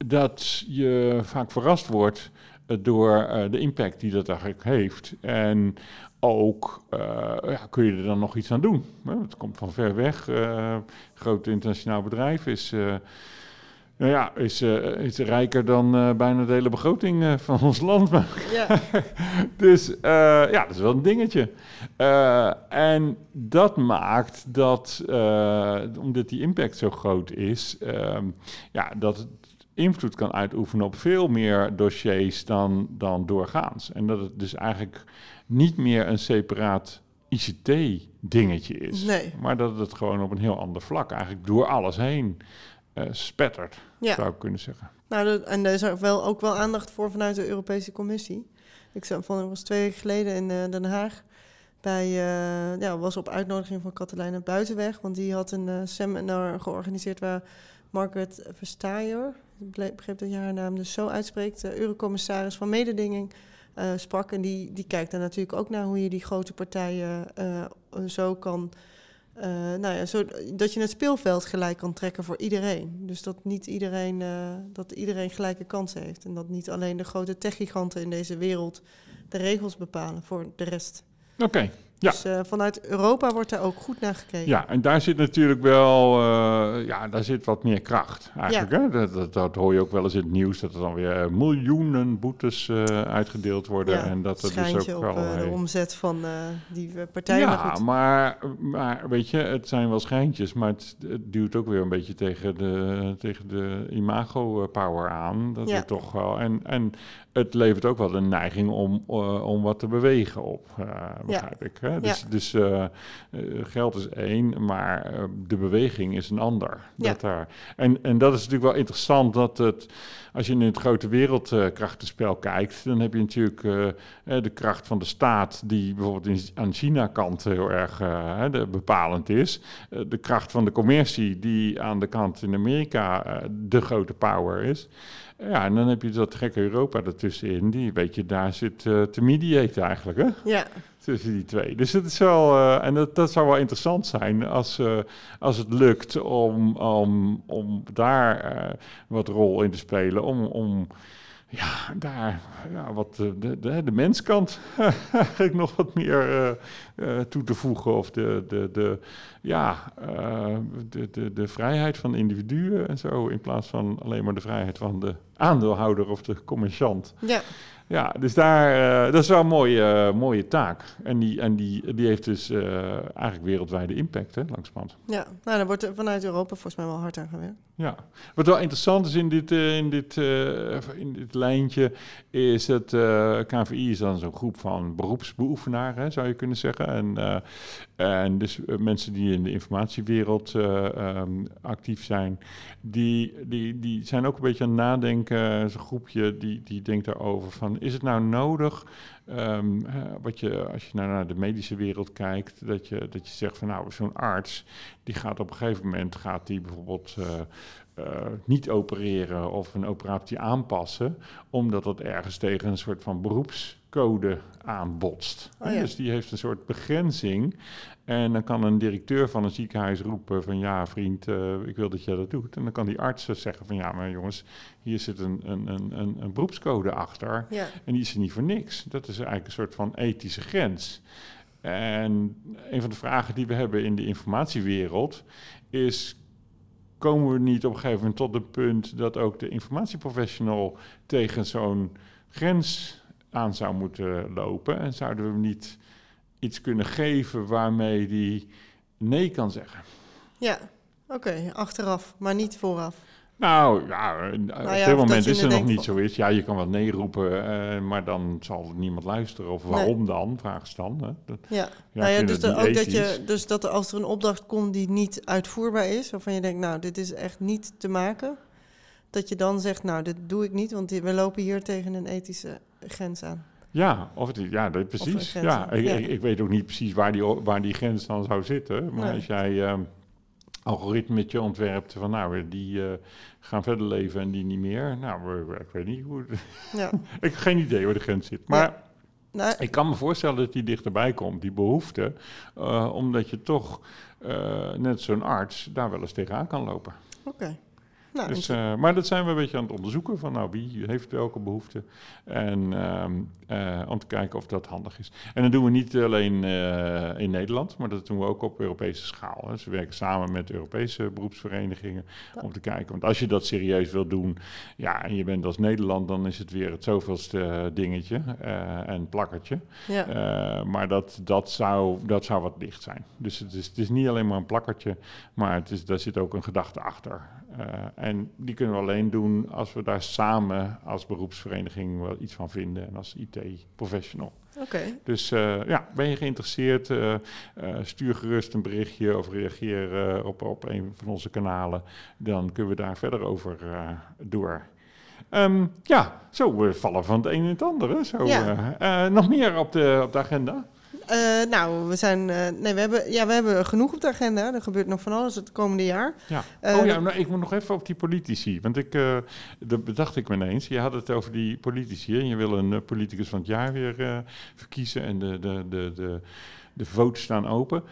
dat je vaak verrast wordt uh, door uh, de impact die dat eigenlijk heeft. En ook uh, ja, kun je er dan nog iets aan doen. Het komt van ver weg. Uh, groot internationaal bedrijf is, uh, nou ja, is, uh, is rijker dan uh, bijna de hele begroting uh, van ons land. Ja. Dus uh, ja, dat is wel een dingetje. Uh, en dat maakt dat, uh, omdat die impact zo groot is, uh, ja, dat het invloed kan uitoefenen op veel meer dossiers dan, dan doorgaans. En dat het dus eigenlijk niet meer een separaat I C T-dingetje is. Nee. Maar dat het gewoon op een heel ander vlak eigenlijk door alles heen uh, spettert, ja. zou ik kunnen zeggen. Nou, dat, en er is er wel, ook wel aandacht voor vanuit de Europese Commissie. Ik vond, was twee weken geleden in uh, Den Haag. Bij, uh, ja, was op uitnodiging van Katelijne Buitenweg. Want die had een uh, seminar georganiseerd waar Margaret Vestager, ik begreep dat je haar naam dus zo uitspreekt, de Eurocommissaris van Mededinging, Uh, sprak. En die, die kijkt daar natuurlijk ook naar hoe je die grote partijen uh, zo kan... Uh, nou ja, zo, dat je het speelveld gelijk kan trekken voor iedereen. Dus dat niet iedereen, uh, dat iedereen gelijke kansen heeft. En dat niet alleen de grote techgiganten in deze wereld de regels bepalen voor de rest. Oké. Okay. Ja. Dus uh, vanuit Europa wordt daar ook goed naar gekeken. Ja, en daar zit natuurlijk wel, uh, ja, daar zit wat meer kracht eigenlijk. Ja. Hè? Dat, dat, dat hoor je ook wel eens in het nieuws, dat er dan weer miljoenen boetes uh, uitgedeeld worden. Ja, en dat er dus ook op wel uh, de omzet van uh, die partijen. Ja, maar, maar weet je, het zijn wel schijntjes, maar het, het duwt ook weer een beetje tegen de, tegen de imago-power aan. Dat ja. het toch wel, en, en het levert ook wel de neiging om, uh, om wat te bewegen op, uh, begrijp ja. ik. Hè? Hè? Dus, ja. dus uh, uh, geld is één, maar uh, de beweging is een ander. Ja. Dat daar. En, en dat is natuurlijk wel interessant dat het, als je in het grote wereldkrachtenspel uh, kijkt, dan heb je natuurlijk uh, de kracht van de staat die bijvoorbeeld in, aan China-kant heel erg uh, de, bepalend is. Uh, de kracht van de commercie die aan de kant in Amerika uh, de grote power is. Ja, en dan heb je dat gekke Europa ertussenin, die, weet je, daar zit uh, te mediaten eigenlijk, hè? Ja. Tussen die twee. Dus het is wel, uh, en dat, dat zou wel interessant zijn als, uh, als het lukt om, om, om daar uh, wat rol in te spelen, om, om ja, daar ja, wat de, de, de menskant eigenlijk nog wat meer uh, uh, toe te voegen. Of de, de, de, ja, uh, de, de, de vrijheid van individuen en zo, in plaats van alleen maar de vrijheid van de aandeelhouder of de commerciant. Ja. Ja, dus daar, uh, dat is wel een mooie, uh, mooie taak. En, die, en die, die heeft dus uh, eigenlijk wereldwijde impact, hè, langzamerhand. Ja, nou, daar wordt er vanuit Europa volgens mij wel hard aan gewerkt. Ja, wat wel interessant is in dit, uh, in dit, uh, in dit lijntje, is dat uh, K N V I is dan zo'n groep van beroepsbeoefenaren, zou je kunnen zeggen. En, uh, en dus uh, mensen die in de informatiewereld uh, um, actief zijn, die, die, die zijn ook een beetje aan het nadenken. Zo'n groepje die, die denkt daarover van, is het nou nodig, um, uh, wat je, als je nou naar de medische wereld kijkt, dat je, dat je zegt van nou, zo'n arts, die gaat op een gegeven moment, gaat die bijvoorbeeld uh, uh, niet opereren of een operatie aanpassen, omdat dat ergens tegen een soort van beroepscode aanbotst. Oh, ja. Dus die heeft een soort begrenzing. En dan kan een directeur van een ziekenhuis roepen van ja, vriend, uh, ik wil dat jij dat doet. En dan kan die arts zeggen van ja, maar jongens, hier zit een, een, een, een beroepscode achter. Ja. En die is er niet voor niks. Dat is eigenlijk een soort van ethische grens. En een van de vragen die we hebben in de informatiewereld is, komen we niet op een gegeven moment tot het punt dat ook de informatieprofessional tegen zo'n grens aan zou moeten lopen? En zouden we hem niet iets kunnen geven waarmee die nee kan zeggen? Ja, oké, okay, achteraf, maar niet vooraf. Nou ja, nou ja, op dit moment is er nog niet van... zoiets. Ja, je kan wel nee roepen, uh, maar dan zal niemand luisteren. Of waarom nee. dan, vraag ze dan. Hè? Dat, ja, ja, nou ja dus, de, ook dat je, dus dat er, als er een opdracht komt die niet uitvoerbaar is, waarvan je denkt, nou, dit is echt niet te maken, dat je dan zegt, nou, dit doe ik niet, want we lopen hier tegen een ethische grens aan. Ja, of het, ja dat, precies. Ja, ik, ja. Ik, ik weet ook niet precies waar die, waar die grens dan zou zitten. Maar nee. als jij uh, algoritmetje ontwerpt van nou, die uh, gaan verder leven en die niet meer. Nou, ik weet niet hoe. Ja. Ik heb geen idee waar de grens zit. Maar ja. nou, ik kan me voorstellen dat die dichterbij komt, die behoefte. Uh, omdat je toch, uh, net zo'n arts, daar wel eens tegenaan kan lopen. Oké. Okay. Nou, dus, uh, maar dat zijn we een beetje aan het onderzoeken van nou, wie heeft welke behoefte en um, uh, om te kijken of dat handig is. En dat doen we niet alleen uh, in Nederland, maar dat doen we ook op Europese schaal. Hè. Dus we werken samen met Europese beroepsverenigingen ja. om te kijken. Want als je dat serieus wil doen, ja, en je bent als Nederland, dan is het weer het zoveelste dingetje uh, en plakkertje. Ja. Uh, maar dat, dat, zou, dat zou wat dicht zijn. Dus het is, het is niet alleen maar een plakkertje, maar het is, daar zit ook een gedachte achter. Uh, en die kunnen we alleen doen als we daar samen als beroepsvereniging wel iets van vinden en als I T-professional. Okay. Dus uh, ja, ben je geïnteresseerd, uh, uh, stuur gerust een berichtje of reageer uh, op, op een van onze kanalen. Dan kunnen we daar verder over uh, door. Um, ja, zo we vallen van het een in het andere. Zo, ja. uh, uh, nog meer op de, op de agenda? Uh, nou, we zijn. Uh, nee, we hebben, ja, we hebben genoeg op de agenda. Er gebeurt nog van alles het komende jaar. Ja. Uh, oh ja, nou, ik moet nog even op die politici. Want ik, uh, dat bedacht ik me ineens. Je had het over die politici. Hè? Je wil een uh, politicus van het jaar weer uh, verkiezen. En de, de, de, de, de votes staan open.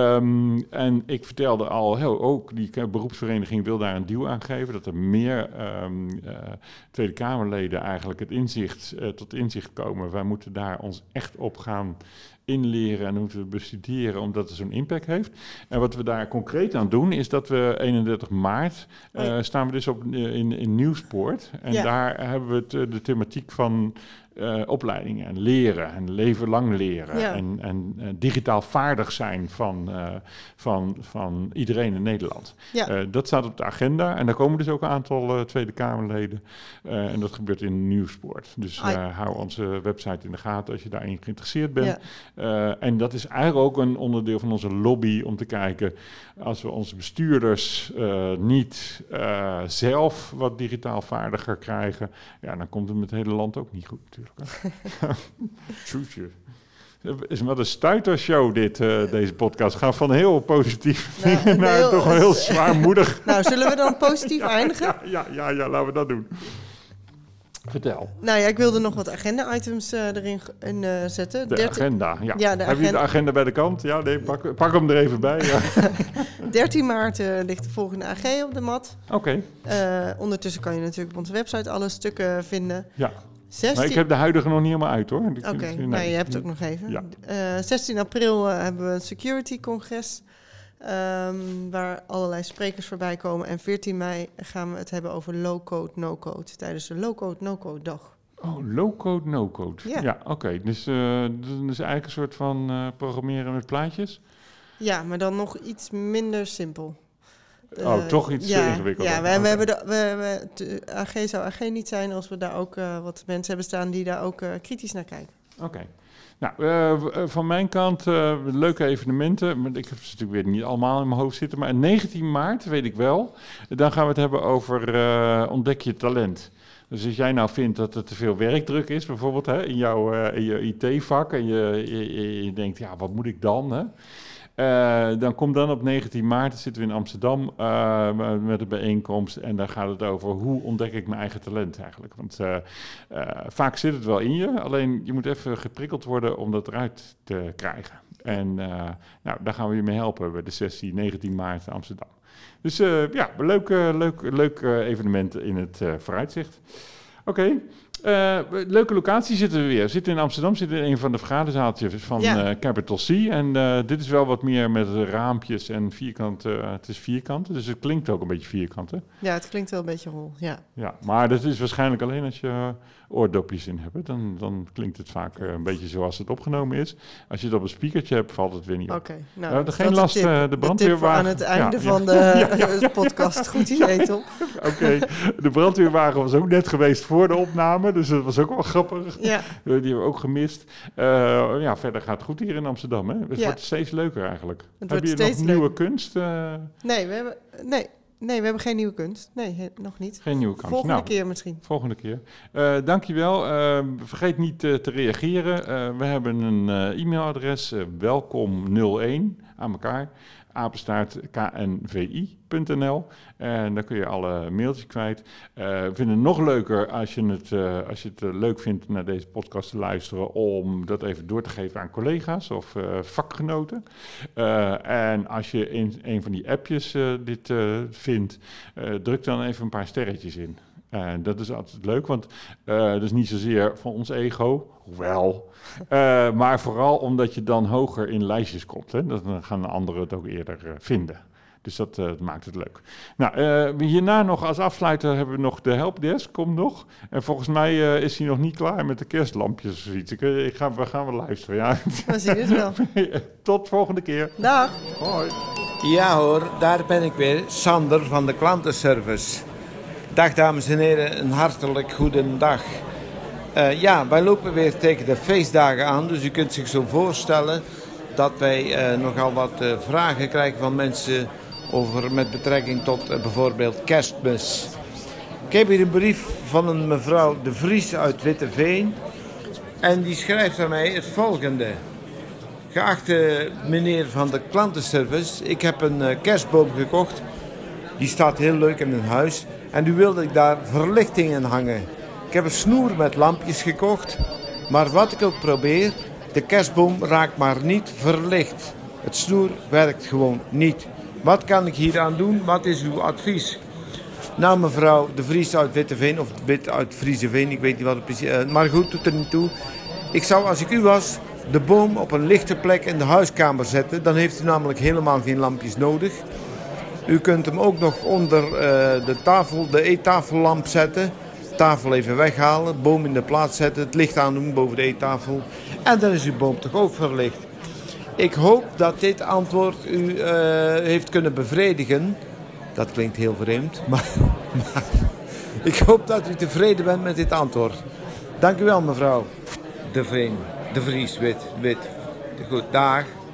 Um, en ik vertelde al, oh, ook die beroepsvereniging wil daar een duw aan geven. Dat er meer um, uh, Tweede Kamerleden eigenlijk het inzicht, uh, tot inzicht komen. Wij moeten daar ons echt op gaan inleren en moeten we bestuderen omdat het zo'n impact heeft. En wat we daar concreet aan doen is dat we eenendertig maart uh, staan we dus op uh, in, in Nieuwspoort. En ja. daar hebben we het, uh, de thematiek van uh, opleidingen en leren en leven lang leren Ja. en, en uh, digitaal vaardig zijn van, uh, van, van iedereen in Nederland. Ja. Uh, dat staat op de agenda en daar komen dus ook een aantal uh, Tweede Kamerleden uh, en dat gebeurt in Nieuwspoort. Dus uh, hou onze website in de gaten als je daarin geïnteresseerd bent. Ja. Uh, en dat is eigenlijk ook een onderdeel van onze lobby om te kijken, als we onze bestuurders uh, niet uh, zelf wat digitaal vaardiger krijgen, ja, dan komt het met het hele land ook niet goed natuurlijk. Tjoetje. Het is wat een stuitershow dit, uh, deze podcast. Gaat van heel positief nou, dingen naar heel, toch wel heel zwaarmoedig. Nou, zullen we dan positief ja, eindigen? Ja, ja, ja, ja, laten we dat doen. Vertel. Nou ja, ik wilde nog wat agenda-items uh, erin in, uh, zetten. De dertien agenda, ja. ja de Heb agenda. je de agenda bij de kant? Ja, nee, pak, pak hem er even bij. Ja. dertien maart uh, ligt de volgende A G op de mat. Oké. Okay. Uh, ondertussen kan je natuurlijk op onze website alle stukken vinden. Ja. zestien... Maar ik heb de huidige nog niet helemaal uit, hoor. Oké, okay. nee. nou, je hebt het ook nog even. Ja. Uh, zestien april uh, hebben we een security-congres. Um, waar allerlei sprekers voorbij komen. En veertien mei gaan we het hebben over low-code, no-code. Tijdens de low-code, no-code dag. Oh, low-code, no-code. Ja, ja oké. Okay. Dus uh, dat is eigenlijk een soort van uh, programmeren met plaatjes? Ja, maar dan nog iets minder simpel. Uh, oh, toch iets ja, ingewikkelder. Ja, we, okay. we hebben de, we, we, de A G zou A G niet zijn als we daar ook uh, wat mensen hebben staan die daar ook uh, kritisch naar kijken. Oké. Okay. Nou, uh, van mijn kant uh, leuke evenementen. Maar ik heb ze natuurlijk weer niet allemaal in mijn hoofd zitten. Maar negentien maart, weet ik wel, dan gaan we het hebben over uh, ontdek je talent. Dus als jij nou vindt dat er te veel werkdruk is, bijvoorbeeld hè, in, jouw, uh, in je I T-vak... en je, je, je denkt, ja, wat moet ik dan? Hè? Uh, dan kom dan op negentien maart, dan zitten we in Amsterdam uh, met een bijeenkomst. En daar gaat het over hoe ontdek ik mijn eigen talent eigenlijk. Want uh, uh, vaak zit het wel in je, alleen je moet even geprikkeld worden om dat eruit te krijgen. En uh, nou, daar gaan we je mee helpen bij de sessie negentien maart in Amsterdam. Dus uh, ja, leuk, uh, leuk, leuk uh, evenement in het uh, vooruitzicht. Oké. Okay. Uh, leuke locatie zitten we weer. We zitten in Amsterdam, zitten in een van de vergaderzaaltjes van ja. uh, Capital C. En uh, dit is wel wat meer met raampjes en vierkant. Uh, het is vierkant, dus het klinkt ook een beetje vierkant. Hè? Ja, het klinkt wel een beetje rol, ja. Ja, maar dat is waarschijnlijk alleen als je uh, oordopjes in hebt. Dan, dan klinkt het vaak uh, een beetje zoals het opgenomen is. Als je het op een speakertje hebt, valt het weer niet op. Oké, okay, nou, uh, geen last, uh, de brandweerwagen... aan het einde ja, van ja, de ja, ja, ja, podcast. Goed idee, toch? Oké, okay. De brandweerwagen was ook net geweest voor de opname, dus dat was ook wel grappig. Ja. Die hebben we ook gemist. Uh, ja, verder gaat het goed hier in Amsterdam, hè? Het ja. wordt steeds leuker eigenlijk. Het Heb je nog leuker. nieuwe kunst? Uh... Nee, we hebben... Nee. Nee, we hebben geen nieuwe kunst. Nee, he, nog niet. Geen nieuwe kunst. Volgende nou, keer misschien. Volgende keer. Uh, dankjewel. Uh, vergeet niet uh, te reageren. Uh, we hebben een uh, e-mailadres. Uh, welkom nul één aan elkaar. apenstaart k n v i punt n l. En daar kun je alle mailtjes kwijt. Uh, we vinden het nog leuker als je het, uh, als je het uh, leuk vindt naar deze podcast te luisteren, om dat even door te geven aan collega's of uh, vakgenoten. Uh, en als je in een van die appjes uh, dit uh, vindt, uh, druk dan even een paar sterretjes in. Uh, dat is altijd leuk, want uh, dat is niet zozeer van ons ego, hoewel, uh, maar vooral omdat je dan hoger in lijstjes komt. Hè? Dan gaan anderen het ook eerder uh, vinden. Dus dat uh, maakt het leuk. Nou, uh, hierna nog als afsluiter hebben we nog de helpdesk, komt nog. En volgens mij uh, is hij nog niet klaar met de kerstlampjes of zoiets. Ik, ik ga, we gaan wel luisteren, ja. We zien het wel. Tot volgende keer. Dag. Hoi. Ja hoor, daar ben ik weer, Sander van de klantenservice. Dag dames en heren, een hartelijk goedendag. Uh, ja, wij lopen weer tegen de feestdagen aan, dus u kunt zich zo voorstellen dat wij uh, nogal wat uh, vragen krijgen van mensen over met betrekking tot uh, bijvoorbeeld kerstmis. Ik heb hier een brief van een mevrouw De Vries uit Witteveen en die schrijft aan mij het volgende. Geachte meneer van de klantenservice, ik heb een uh, kerstboom gekocht. Die staat heel leuk in mijn huis. En nu wilde ik daar verlichting in hangen. Ik heb een snoer met lampjes gekocht. Maar wat ik ook probeer, de kerstboom raakt maar niet verlicht. Het snoer werkt gewoon niet. Wat kan ik hier aan doen? Wat is uw advies? Nou mevrouw De Vries uit Witteveen, of Wit uit Frieseveen, ik weet niet wat het precies is. Maar goed, doet er niet toe. Ik zou, als ik u was, de boom op een lichte plek in de huiskamer zetten. Dan heeft u namelijk helemaal geen lampjes nodig. U kunt hem ook nog onder uh, de tafel, de eettafellamp zetten. tafel even weghalen, boom in de plaats zetten, het licht aandoen boven de eettafel. En dan is uw boom toch ook verlicht. Ik hoop dat dit antwoord u uh, heeft kunnen bevredigen. Dat klinkt heel vreemd, maar, maar ik hoop dat u tevreden bent met dit antwoord. Dank u wel, mevrouw. De Veen, de Vries, wit, wit. Goed, dag.